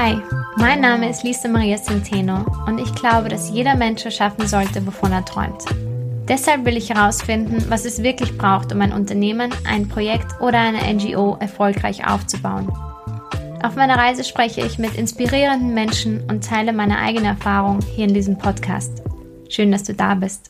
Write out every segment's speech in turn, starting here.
Hi, mein Name ist Lisa Maria Centeno und ich glaube, dass jeder Mensch erschaffen sollte, wovon er träumt. Deshalb will ich herausfinden, was es wirklich braucht, um ein Unternehmen, ein Projekt oder eine NGO erfolgreich aufzubauen. Auf meiner Reise spreche ich mit inspirierenden Menschen und teile meine eigene Erfahrung hier in diesem Podcast. Schön, dass du da bist.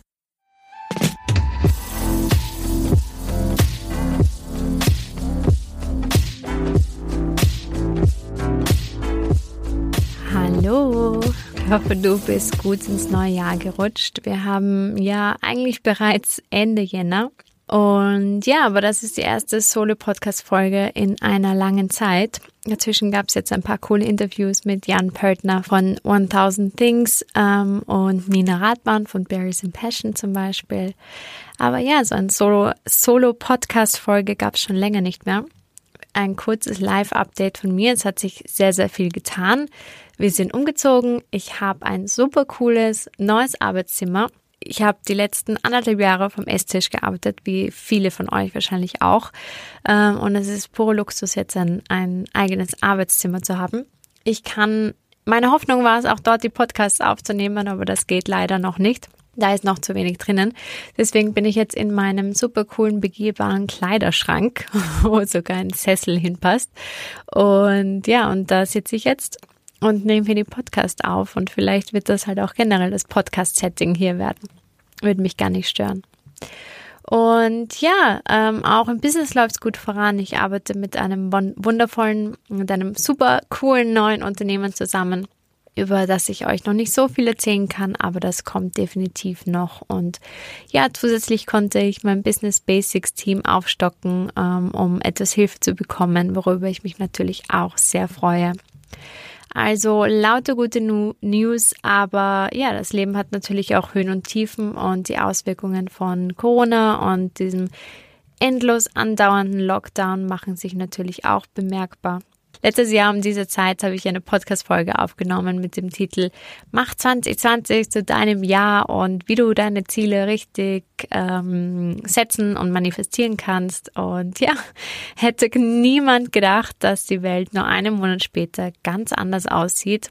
Hallo, ich hoffe, du bist gut ins neue Jahr gerutscht. Wir haben ja eigentlich bereits Ende Jänner und ja, aber das ist die erste Solo-Podcast-Folge in einer langen Zeit. Dazwischen gab es jetzt ein paar coole Interviews mit Jan Pöltner von 1000 Things und Nina Rathmann von Berries and Passion zum Beispiel. Aber ja, so eine Solo-Podcast-Folge gab es schon länger nicht mehr. Ein kurzes Live-Update von mir. Es hat sich sehr, sehr viel getan. Wir sind umgezogen. Ich habe ein super cooles neues Arbeitszimmer. Ich habe die letzten 1,5 Jahre vom Esstisch gearbeitet, wie viele von euch wahrscheinlich auch. Und es ist pure Luxus, jetzt ein eigenes Arbeitszimmer zu haben. Meine Hoffnung war es, auch dort die Podcasts aufzunehmen, aber das geht leider noch nicht. Da ist noch zu wenig drinnen. Deswegen bin ich jetzt in meinem super coolen, begehbaren Kleiderschrank, wo sogar ein Sessel hinpasst. Und ja, und da sitze ich jetzt und nehme hier die Podcast auf. Und vielleicht wird das halt auch generell das Podcast-Setting hier werden. Würde mich gar nicht stören. Und ja, auch im Business läuft es gut voran. Ich arbeite mit einem super coolen neuen Unternehmen zusammen, über das ich euch noch nicht so viel erzählen kann, aber das kommt definitiv noch. Und ja, zusätzlich konnte ich mein Business Basics Team aufstocken, um etwas Hilfe zu bekommen, worüber ich mich natürlich auch sehr freue. Also lauter gute News, aber ja, das Leben hat natürlich auch Höhen und Tiefen und die Auswirkungen von Corona und diesem endlos andauernden Lockdown machen sich natürlich auch bemerkbar. Letztes Jahr um diese Zeit habe ich eine Podcast-Folge aufgenommen mit dem Titel Mach 2020 zu deinem Jahr und wie du deine Ziele richtig setzen und manifestieren kannst. Und ja, hätte niemand gedacht, dass die Welt nur einen Monat später ganz anders aussieht.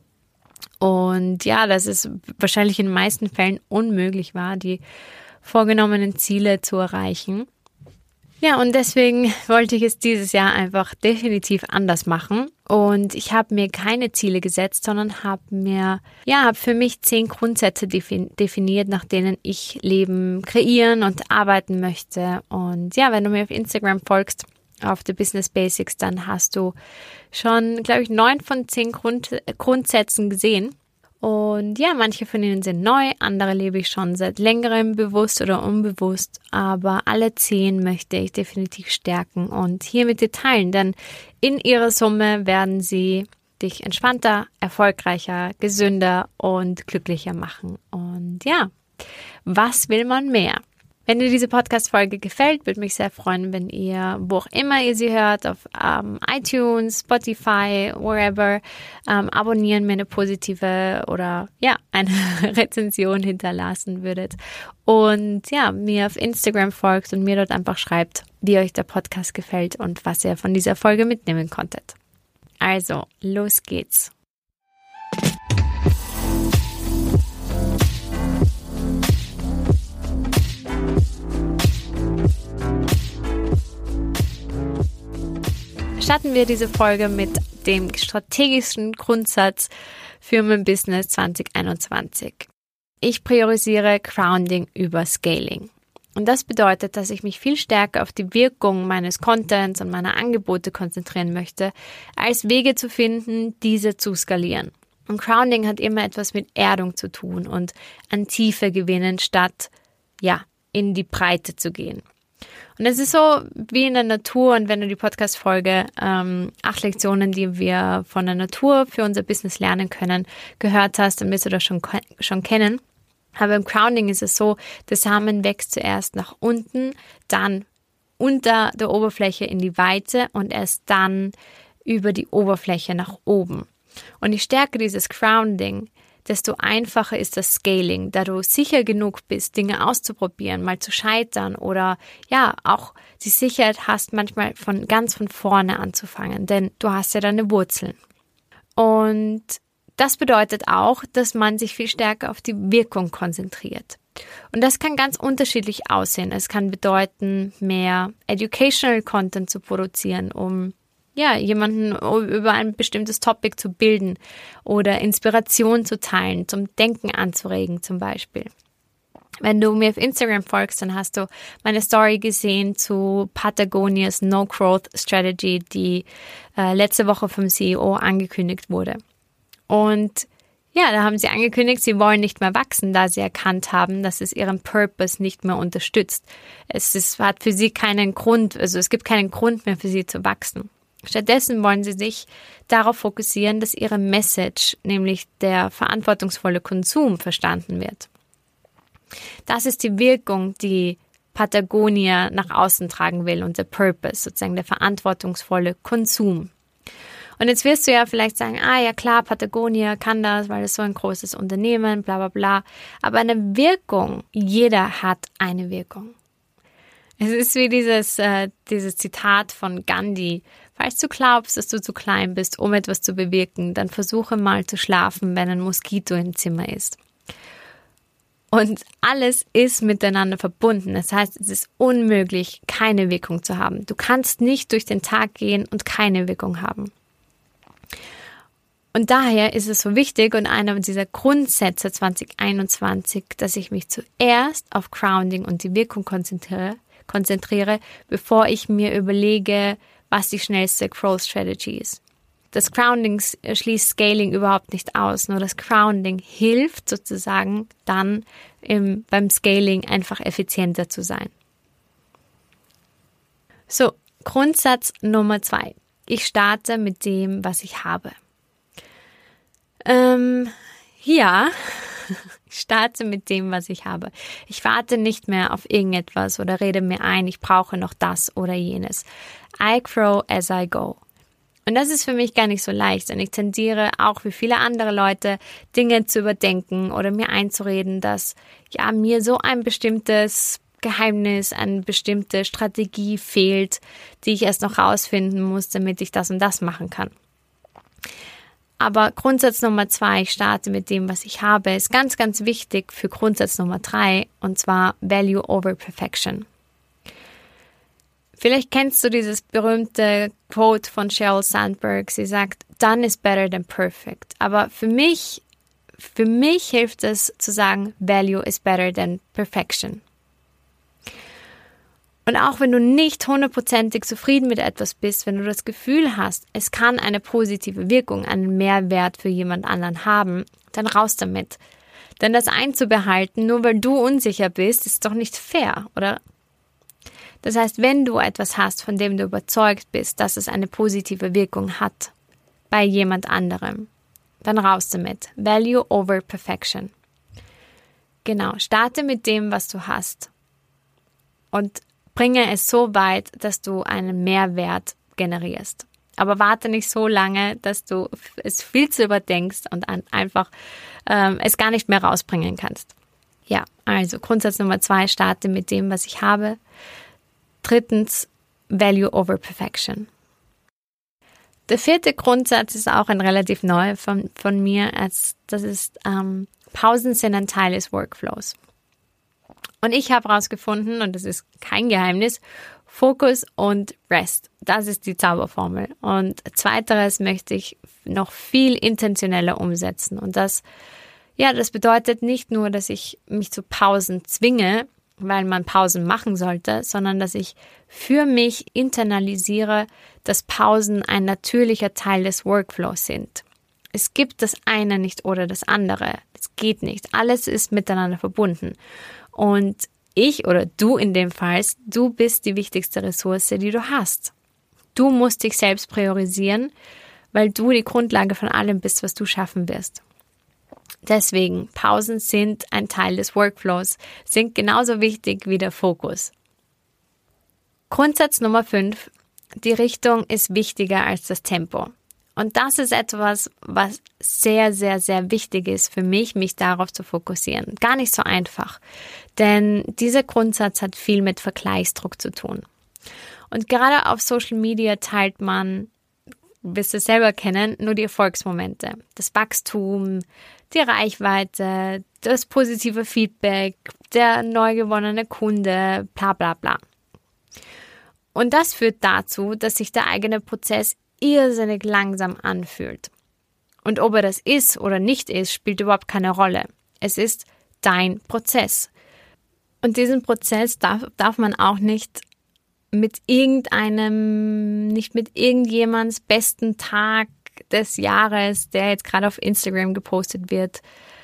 Und ja, dass es wahrscheinlich in den meisten Fällen unmöglich war, die vorgenommenen Ziele zu erreichen. Ja, und deswegen wollte ich es dieses Jahr einfach definitiv anders machen. Und ich habe mir keine Ziele gesetzt, sondern habe für mich 10 Grundsätze definiert, nach denen ich Leben kreieren und arbeiten möchte. Und ja, wenn du mir auf Instagram folgst, auf The Business Basics, dann hast du schon, glaube ich, 9 von 10 Grundsätzen gesehen. Und ja, manche von ihnen sind neu, andere lebe ich schon seit längerem bewusst oder unbewusst, aber alle 10 möchte ich definitiv stärken und hier mit dir teilen, denn in ihrer Summe werden sie dich entspannter, erfolgreicher, gesünder und glücklicher machen. Und ja, was will man mehr? Wenn dir diese Podcast-Folge gefällt, würde mich sehr freuen, wenn ihr, wo auch immer ihr sie hört, auf iTunes, Spotify, wherever, abonnieren, mir eine positive oder ja, eine Rezension hinterlassen würdet. Und ja, mir auf Instagram folgt und mir dort einfach schreibt, wie euch der Podcast gefällt und was ihr von dieser Folge mitnehmen konntet. Also, los geht's. Starten wir diese Folge mit dem strategischen Grundsatz für mein Business 2021. Ich priorisiere Grounding über Scaling. Und das bedeutet, dass ich mich viel stärker auf die Wirkung meines Contents und meiner Angebote konzentrieren möchte, als Wege zu finden, diese zu skalieren. Und Grounding hat immer etwas mit Erdung zu tun und an Tiefe gewinnen, statt in die Breite zu gehen. Und es ist so wie in der Natur, und wenn du die Podcast-Folge 8 Lektionen, die wir von der Natur für unser Business lernen können, gehört hast, dann wirst du das schon kennen. Aber im Grounding ist es so, der Samen wächst zuerst nach unten, dann unter der Oberfläche in die Weite und erst dann über die Oberfläche nach oben. Und je stärker dieses Grounding, desto einfacher ist das Scaling, da du sicher genug bist, Dinge auszuprobieren, mal zu scheitern oder ja, auch die Sicherheit hast, manchmal ganz von vorne anzufangen, denn du hast ja deine Wurzeln. Und das bedeutet auch, dass man sich viel stärker auf die Wirkung konzentriert. Und das kann ganz unterschiedlich aussehen. Es kann bedeuten, mehr Educational Content zu produzieren, um jemanden über ein bestimmtes Topic zu bilden oder Inspiration zu teilen, zum Denken anzuregen zum Beispiel. Wenn du mir auf Instagram folgst, dann hast du meine Story gesehen zu Patagonias No Growth Strategy, die letzte Woche vom CEO angekündigt wurde. Und ja, da haben sie angekündigt, sie wollen nicht mehr wachsen, da sie erkannt haben, dass es ihren Purpose nicht mehr unterstützt. Hat für sie keinen Grund, also es gibt keinen Grund mehr für sie zu wachsen. Stattdessen wollen sie sich darauf fokussieren, dass ihre Message, nämlich der verantwortungsvolle Konsum, verstanden wird. Das ist die Wirkung, die Patagonia nach außen tragen will und der Purpose, sozusagen der verantwortungsvolle Konsum. Und jetzt wirst du ja vielleicht sagen, ja klar, Patagonia kann das, weil es so ein großes Unternehmen, bla bla bla. Aber eine Wirkung, jeder hat eine Wirkung. Es ist wie dieses Zitat von Gandhi. Falls du glaubst, dass du zu klein bist, um etwas zu bewirken, dann versuche mal zu schlafen, wenn ein Moskito im Zimmer ist. Und alles ist miteinander verbunden. Das heißt, es ist unmöglich, keine Wirkung zu haben. Du kannst nicht durch den Tag gehen und keine Wirkung haben. Und daher ist es so wichtig und einer dieser Grundsätze 2021, dass ich mich zuerst auf Grounding und die Wirkung konzentriere, bevor ich mir überlege, was die schnellste Growth Strategy ist. Das Grounding schließt Scaling überhaupt nicht aus, nur das Grounding hilft sozusagen dann beim Scaling einfach effizienter zu sein. So, Grundsatz Nummer 2. Ich starte mit dem, was ich habe. Ich starte mit dem, was ich habe. Ich warte nicht mehr auf irgendetwas oder rede mir ein, ich brauche noch das oder jenes. I grow as I go. Und das ist für mich gar nicht so leicht. Und ich tendiere auch wie viele andere Leute, Dinge zu überdenken oder mir einzureden, dass mir so ein bestimmtes Geheimnis, eine bestimmte Strategie fehlt, die ich erst noch rausfinden muss, damit ich das und das machen kann. Aber Grundsatz Nummer 2, ich starte mit dem, was ich habe, ist ganz, ganz wichtig für Grundsatz Nummer 3, und zwar Value over Perfection. Vielleicht kennst du dieses berühmte Quote von Sheryl Sandberg. Sie sagt, done is better than perfect. Aber für mich hilft es zu sagen, Value is better than perfection. Und auch wenn du nicht 100%ig zufrieden mit etwas bist, wenn du das Gefühl hast, es kann eine positive Wirkung, einen Mehrwert für jemand anderen haben, dann raus damit. Denn das einzubehalten, nur weil du unsicher bist, ist doch nicht fair, oder? Das heißt, wenn du etwas hast, von dem du überzeugt bist, dass es eine positive Wirkung hat bei jemand anderem, dann raus damit. Value over Perfection. Genau, starte mit dem, was du hast. Und bringe es so weit, dass du einen Mehrwert generierst. Aber warte nicht so lange, dass du es viel zu überdenkst und einfach es gar nicht mehr rausbringen kannst. Ja, also Grundsatz Nummer 2, starte mit dem, was ich habe. 3, Value over Perfection. Der 4. Grundsatz ist auch ein relativ neuer von mir. Das ist, Pausen sind ein Teil des Workflows. Und ich habe herausgefunden, und das ist kein Geheimnis, Fokus und Rest. Das ist die Zauberformel. Und zweiteres möchte ich noch viel intentioneller umsetzen. Und das bedeutet nicht nur, dass ich mich zu Pausen zwinge, weil man Pausen machen sollte, sondern dass ich für mich internalisiere, dass Pausen ein natürlicher Teil des Workflows sind. Es gibt das eine nicht oder das andere. Es geht nicht. Alles ist miteinander verbunden. Und ich oder du in dem Fall, du bist die wichtigste Ressource, die du hast. Du musst dich selbst priorisieren, weil du die Grundlage von allem bist, was du schaffen wirst. Deswegen, Pausen sind ein Teil des Workflows, sind genauso wichtig wie der Fokus. Grundsatz Nummer 5, die Richtung ist wichtiger als das Tempo. Und das ist etwas, was sehr, sehr, sehr wichtig ist für mich darauf zu fokussieren. Gar nicht so einfach, denn dieser Grundsatz hat viel mit Vergleichsdruck zu tun. Und gerade auf Social Media teilt man wirst du selber kennen, nur die Erfolgsmomente. Das Wachstum, die Reichweite, das positive Feedback, der neu gewonnene Kunde, bla bla bla. Und das führt dazu, dass sich der eigene Prozess irrsinnig langsam anfühlt. Und ob er das ist oder nicht ist, spielt überhaupt keine Rolle. Es ist dein Prozess. Und diesen Prozess darf man auch nicht mit irgendjemands besten Tag des Jahres, der jetzt gerade auf Instagram gepostet wird,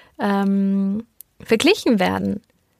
verglichen werden.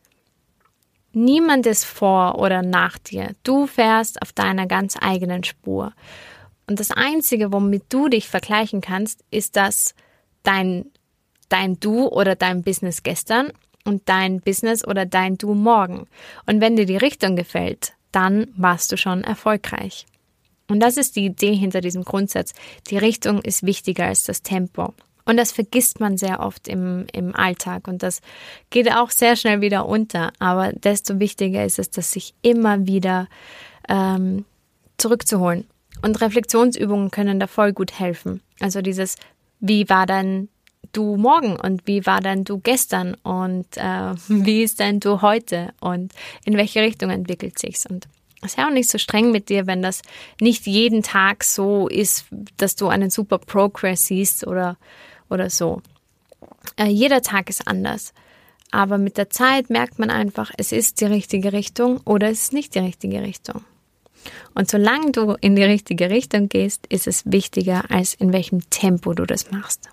Niemand ist vor oder nach dir. Du fährst auf deiner ganz eigenen Spur. Und das Einzige, womit du dich vergleichen kannst, ist das dein Du oder dein Business gestern und dein Business oder dein Du morgen. Und wenn dir die Richtung gefällt, dann warst du schon erfolgreich. Und das ist die Idee hinter diesem Grundsatz. Die Richtung ist wichtiger als das Tempo. Und das vergisst man sehr oft im Alltag und das geht auch sehr schnell wieder unter. Aber desto wichtiger ist es, das sich immer wieder zurückzuholen. Und Reflexionsübungen können da voll gut helfen. Also dieses, wie war dein Du morgen und wie war dein Du gestern und wie ist dein Du heute und in welche Richtung entwickelt sich's. Und ist ja auch nicht so streng mit dir, wenn das nicht jeden Tag so ist, dass du einen super Progress siehst oder so. Jeder Tag ist anders. Aber mit der Zeit merkt man einfach, es ist die richtige Richtung oder es ist nicht die richtige Richtung. Und solange du in die richtige Richtung gehst, ist es wichtiger, als in welchem Tempo du das machst.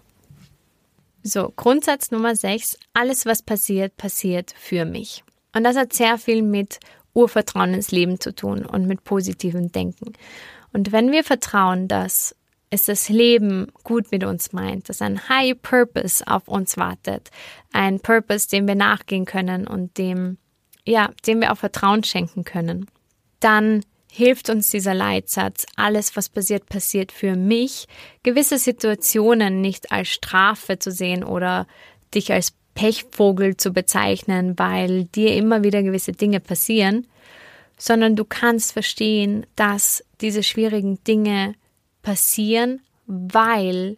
So, Grundsatz Nummer 6. Alles, was passiert, passiert für mich. Und das hat sehr viel mit Urvertrauen ins Leben zu tun und mit positivem Denken. Und wenn wir vertrauen, dass es das Leben gut mit uns meint, dass ein High Purpose auf uns wartet, ein Purpose, dem wir nachgehen können und dem wir auch Vertrauen schenken können, dann hilft uns dieser Leitsatz, alles, was passiert, passiert für mich, gewisse Situationen nicht als Strafe zu sehen oder dich als Pechvogel zu bezeichnen, weil dir immer wieder gewisse Dinge passieren, sondern du kannst verstehen, dass diese schwierigen Dinge passieren, weil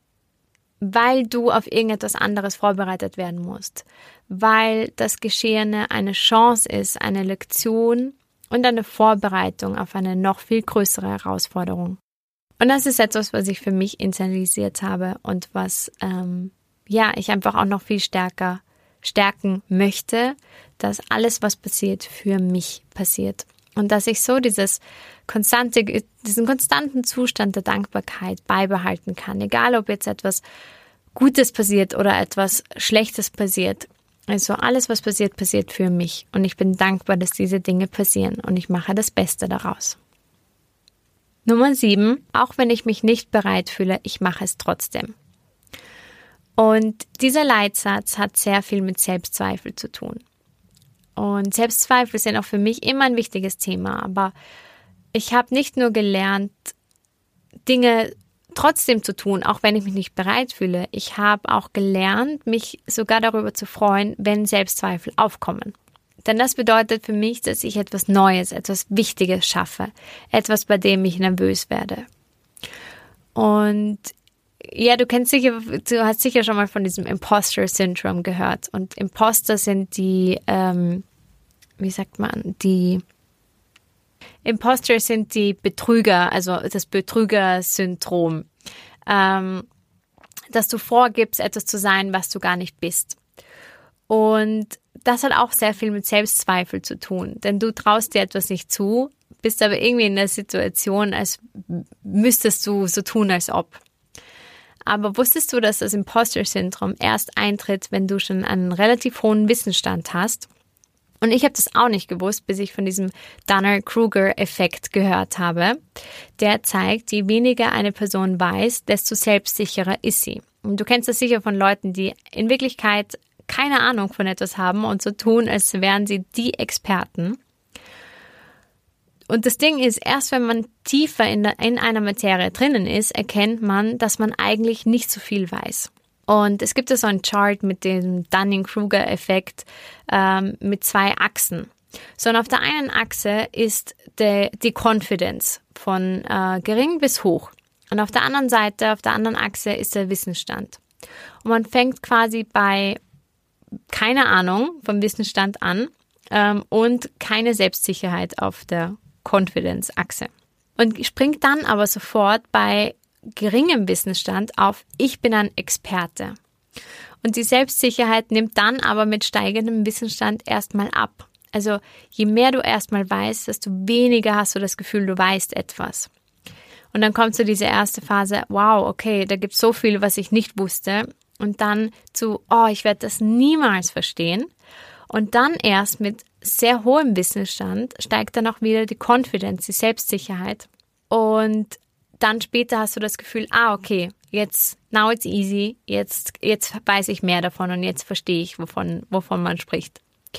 du auf irgendetwas anderes vorbereitet werden musst, weil das Geschehene eine Chance ist, eine Lektion und eine Vorbereitung auf eine noch viel größere Herausforderung. Und das ist etwas, was ich für mich internalisiert habe und was ich einfach auch noch viel stärker stärken möchte, dass alles, was passiert, für mich passiert. Und dass ich so diesen konstanten Zustand der Dankbarkeit beibehalten kann, egal ob jetzt etwas Gutes passiert oder etwas Schlechtes passiert. Also alles, was passiert, passiert für mich. Und ich bin dankbar, dass diese Dinge passieren und ich mache das Beste daraus. Nummer 7. Auch wenn ich mich nicht bereit fühle, ich mache es trotzdem. Und dieser Leitsatz hat sehr viel mit Selbstzweifel zu tun. Und Selbstzweifel sind auch für mich immer ein wichtiges Thema. Aber ich habe nicht nur gelernt, Dinge trotzdem zu tun, auch wenn ich mich nicht bereit fühle. Ich habe auch gelernt, mich sogar darüber zu freuen, wenn Selbstzweifel aufkommen. Denn das bedeutet für mich, dass ich etwas Neues, etwas Wichtiges schaffe. Etwas, bei dem ich nervös werde. Und ja, du hast sicher schon mal von diesem Imposter-Syndrom gehört. Und Imposter sind Imposter sind die Betrüger, also das Betrüger-Syndrom, dass du vorgibst, etwas zu sein, was du gar nicht bist. Und das hat auch sehr viel mit Selbstzweifel zu tun, denn du traust dir etwas nicht zu, bist aber irgendwie in der Situation, als müsstest du so tun, als ob. Aber wusstest du, dass das Imposter-Syndrom erst eintritt, wenn du schon einen relativ hohen Wissensstand hast? Und ich habe das auch nicht gewusst, bis ich von diesem Dunning-Kruger-Effekt gehört habe. Der zeigt, je weniger eine Person weiß, desto selbstsicherer ist sie. Und du kennst das sicher von Leuten, die in Wirklichkeit keine Ahnung von etwas haben und so tun, als wären sie die Experten. Und das Ding ist, erst wenn man tiefer in einer Materie drinnen ist, erkennt man, dass man eigentlich nicht so viel weiß. Und es gibt so einen Chart mit dem Dunning-Kruger-Effekt mit 2 Achsen. So, und auf der einen Achse ist die Confidence von gering bis hoch. Und auf der anderen Seite, auf der anderen Achse ist der Wissensstand. Und man fängt quasi bei keine Ahnung vom Wissensstand an und keine Selbstsicherheit auf der Confidence-Achse. Und springt dann aber sofort bei geringem Wissensstand auf, ich bin ein Experte. Und die Selbstsicherheit nimmt dann aber mit steigendem Wissensstand erstmal ab. Also je mehr du erstmal weißt, desto weniger hast du das Gefühl, du weißt etwas. Und dann kommt so diese erste Phase, wow, okay, da gibt es so viel, was ich nicht wusste. Und dann zu, oh, ich werde das niemals verstehen. Und dann erst mit sehr hohem Wissensstand steigt dann auch wieder die Confidence, die Selbstsicherheit. Und dann später hast du das Gefühl, okay, jetzt, now it's easy, jetzt weiß ich mehr davon und jetzt verstehe ich, wovon man spricht.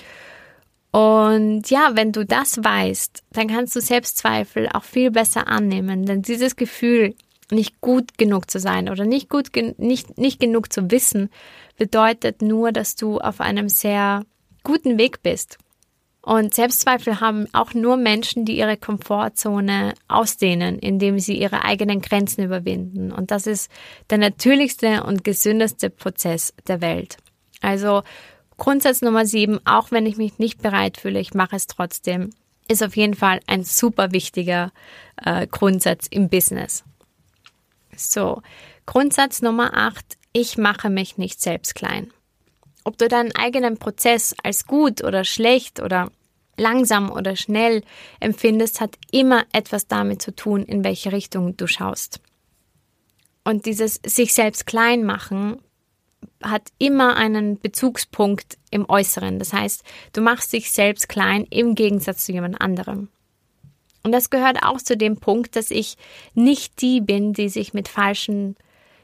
Und ja, wenn du das weißt, dann kannst du Selbstzweifel auch viel besser annehmen, denn dieses Gefühl, nicht gut genug zu sein oder nicht genug zu wissen, bedeutet nur, dass du auf einem sehr guten Weg bist. Und Selbstzweifel haben auch nur Menschen, die ihre Komfortzone ausdehnen, indem sie ihre eigenen Grenzen überwinden. Und das ist der natürlichste und gesündeste Prozess der Welt. Also Grundsatz Nummer 7, auch wenn ich mich nicht bereit fühle, ich mache es trotzdem, ist auf jeden Fall ein super wichtiger Grundsatz im Business. So, Grundsatz Nummer 8, ich mache mich nicht selbst klein. Ob du deinen eigenen Prozess als gut oder schlecht oder langsam oder schnell empfindest, hat immer etwas damit zu tun, in welche Richtung du schaust. Und dieses sich selbst klein machen hat immer einen Bezugspunkt im Äußeren. Das heißt, du machst dich selbst klein im Gegensatz zu jemand anderem. Und das gehört auch zu dem Punkt, dass ich nicht die bin, die sich mit falschen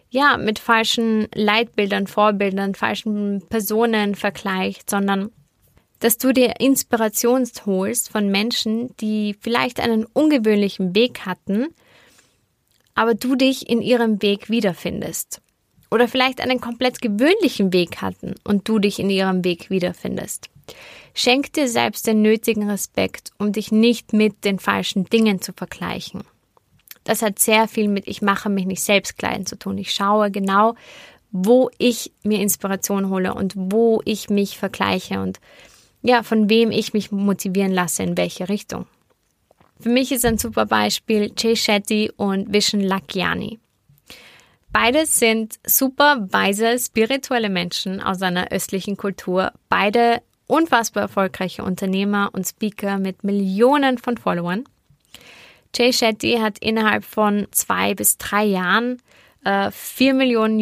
Leitbildern, Vorbildern, falschen Personen vergleicht, sondern dass du dir Inspiration holst von Menschen, die vielleicht einen ungewöhnlichen Weg hatten, aber du dich in ihrem Weg wiederfindest. Oder vielleicht einen komplett gewöhnlichen Weg hatten und du dich in ihrem Weg wiederfindest. Schenk dir selbst den nötigen Respekt, um dich nicht mit den falschen Dingen zu vergleichen. Das hat sehr viel mit ich mache mich nicht selbst klein zu tun. Ich schaue genau, wo ich mir Inspiration hole und wo ich mich vergleiche und ja, von wem ich mich motivieren lasse, in welche Richtung. Für mich ist ein super Beispiel Jay Shetty und Vishen Lakhiani. Beide sind super weise, spirituelle Menschen aus einer östlichen Kultur. Beide unfassbar erfolgreiche Unternehmer und Speaker mit Millionen von Followern. Jay Shetty hat innerhalb von 2 bis 3 Jahren 4 Millionen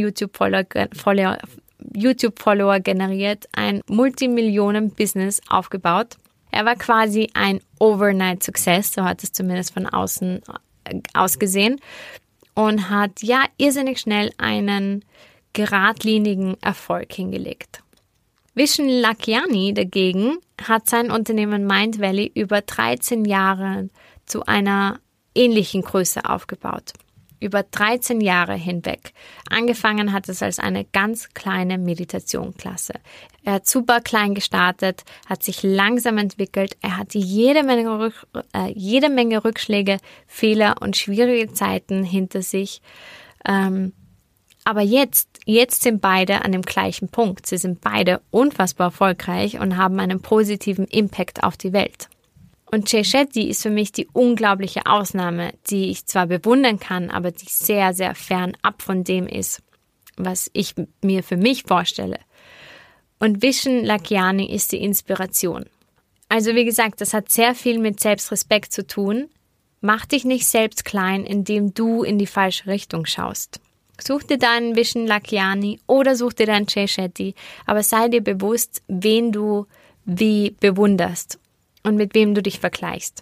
YouTube-Follower generiert, ein Multimillionen-Business aufgebaut. Er war quasi ein Overnight-Success, so hat es zumindest von außen ausgesehen. Und hat irrsinnig schnell einen geradlinigen Erfolg hingelegt. Vishen Lakhiani dagegen hat sein Unternehmen Mindvalley über 13 Jahre zu einer ähnlichen Größe aufgebaut. Über 13 Jahre hinweg. Angefangen hat es als eine ganz kleine Meditationsklasse. Er hat super klein gestartet, hat sich langsam entwickelt. Er hatte jede Menge Rückschläge, Fehler und schwierige Zeiten hinter sich. Aber jetzt sind beide an dem gleichen Punkt. Sie sind beide unfassbar erfolgreich und haben einen positiven Impact auf die Welt. Und Jay Shetty ist für mich die unglaubliche Ausnahme, die ich zwar bewundern kann, aber die sehr, sehr fernab von dem ist, was ich mir für mich vorstelle. Und Vishen Lakhiani ist die Inspiration. Also wie gesagt, das hat sehr viel mit Selbstrespekt zu tun. Mach dich nicht selbst klein, indem du in die falsche Richtung schaust. Such dir deinen Vishen Lakhiani oder such dir deinen Jay Shetty, aber sei dir bewusst, wen du wie bewunderst und mit wem du dich vergleichst.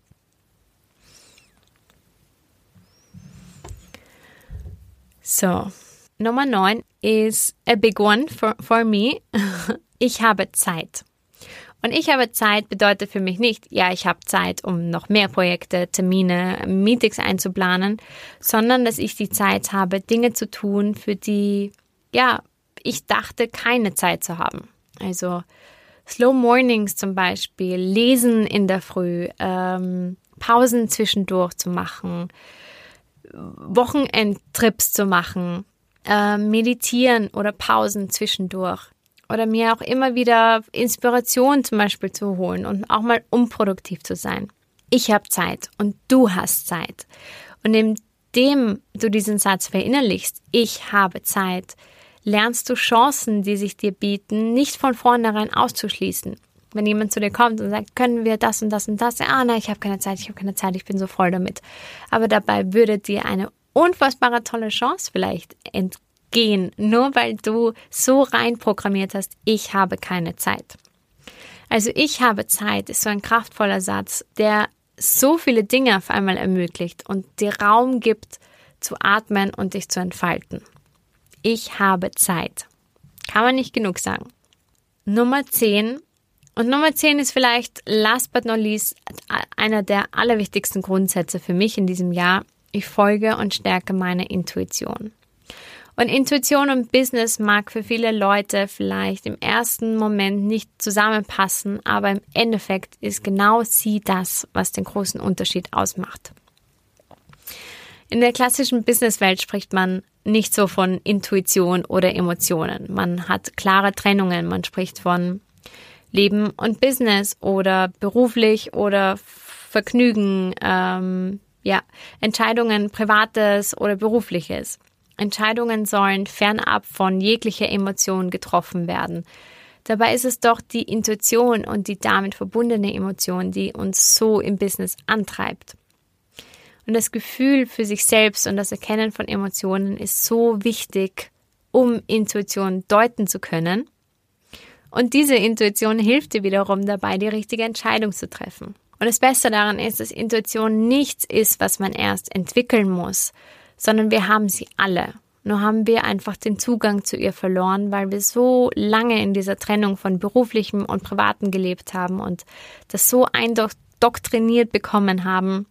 So, Nummer 9 ist a big one for me. Ich habe Zeit. Und ich habe Zeit bedeutet für mich nicht, ich habe Zeit, um noch mehr Projekte, Termine, Meetings einzuplanen, sondern dass ich die Zeit habe, Dinge zu tun, für die, ich dachte, keine Zeit zu haben. Also Slow Mornings zum Beispiel, Lesen in der Früh, Pausen zwischendurch zu machen, Wochenendtrips zu machen, meditieren oder Pausen zwischendurch oder mir auch immer wieder Inspiration zum Beispiel zu holen und auch mal unproduktiv zu sein. Ich habe Zeit und du hast Zeit. Und indem du diesen Satz verinnerlichst, ich habe Zeit, lernst du Chancen, die sich dir bieten, nicht von vornherein auszuschließen. Wenn jemand zu dir kommt und sagt, können wir das und das und das? Ja, nein, ich habe keine Zeit, ich bin so voll damit. Aber dabei würde dir eine unfassbare tolle Chance vielleicht entgehen, nur weil du so rein programmiert hast, ich habe keine Zeit. Also ich habe Zeit ist so ein kraftvoller Satz, der so viele Dinge auf einmal ermöglicht und dir Raum gibt, zu atmen und dich zu entfalten. Ich habe Zeit. Kann man nicht genug sagen. Nummer 10. Und Nummer 10 ist vielleicht, last but not least, einer der allerwichtigsten Grundsätze für mich in diesem Jahr. Ich folge und stärke meine Intuition. Und Intuition und Business mag für viele Leute vielleicht im ersten Moment nicht zusammenpassen, aber im Endeffekt ist genau sie das, was den großen Unterschied ausmacht. In der klassischen Businesswelt spricht man nicht so von Intuition oder Emotionen. Man hat klare Trennungen. Man spricht von Leben und Business oder beruflich oder Vergnügen, Entscheidungen Privates oder Berufliches. Entscheidungen sollen fernab von jeglicher Emotion getroffen werden. Dabei ist es doch die Intuition und die damit verbundene Emotion, die uns so im Business antreibt. Und das Gefühl für sich selbst und das Erkennen von Emotionen ist so wichtig, um Intuition deuten zu können. Und diese Intuition hilft dir wiederum dabei, die richtige Entscheidung zu treffen. Und das Beste daran ist, dass Intuition nichts ist, was man erst entwickeln muss, sondern wir haben sie alle. Nur haben wir einfach den Zugang zu ihr verloren, weil wir so lange in dieser Trennung von beruflichem und privatem gelebt haben und das so eindoktriniert bekommen haben,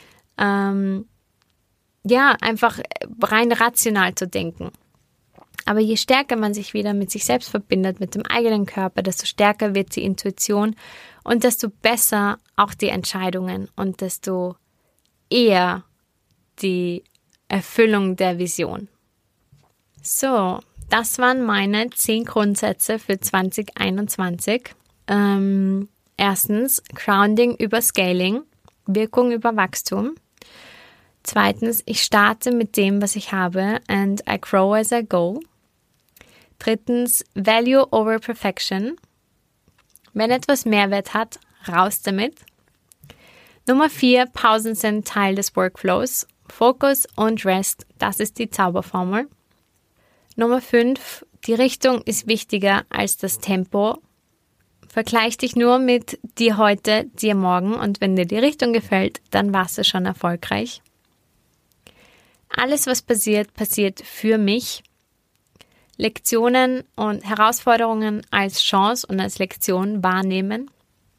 einfach rein rational zu denken. Aber je stärker man sich wieder mit sich selbst verbindet, mit dem eigenen Körper, desto stärker wird die Intuition und desto besser auch die Entscheidungen und desto eher die Erfüllung der Vision. So, das waren meine 10 Grundsätze für 2021. Erstens, Grounding über Scaling, Wirkung über Wachstum. Zweitens, ich starte mit dem, was ich habe and I grow as I go. Drittens, Value over Perfection. Wenn etwas Mehrwert hat, raus damit. Nummer 4, Pausen sind Teil des Workflows. Fokus und Rest, das ist die Zauberformel. Nummer 5, die Richtung ist wichtiger als das Tempo. Vergleich dich nur mit dir heute, dir morgen und wenn dir die Richtung gefällt, dann warst du schon erfolgreich. Alles, was passiert, passiert für mich. Lektionen und Herausforderungen als Chance und als Lektion wahrnehmen.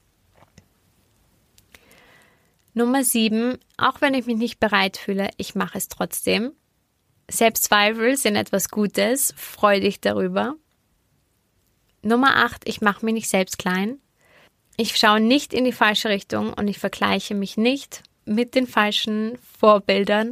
Nummer 7, auch wenn ich mich nicht bereit fühle, ich mache es trotzdem. Selbstzweifel sind etwas Gutes, freu dich darüber. Nummer 8, ich mache mich nicht selbst klein. Ich schaue nicht in die falsche Richtung und ich vergleiche mich nicht mit den falschen Vorbildern.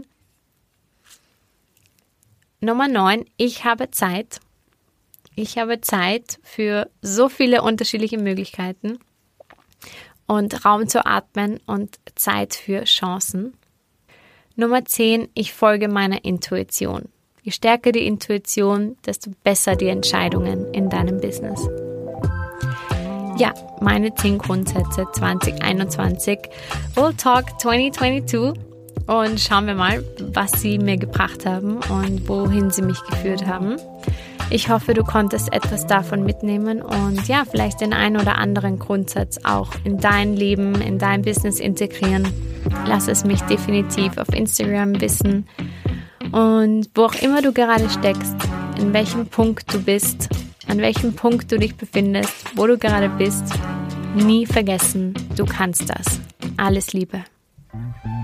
Nummer 9, ich habe Zeit. Ich habe Zeit für so viele unterschiedliche Möglichkeiten und Raum zu atmen und Zeit für Chancen. Nummer 10, ich folge meiner Intuition. Je stärker die Intuition, desto besser die Entscheidungen in deinem Business. Ja, meine 10 Grundsätze 2021. We'll talk 2022 und schauen wir mal, was sie mir gebracht haben und wohin sie mich geführt haben. Ich hoffe, du konntest etwas davon mitnehmen und ja, vielleicht den einen oder anderen Grundsatz auch in dein Leben, in dein Business integrieren. Lass es mich definitiv auf Instagram wissen. Und wo auch immer du gerade steckst, in welchem Punkt du bist, an welchem Punkt du dich befindest, wo du gerade bist, nie vergessen, du kannst das. Alles Liebe.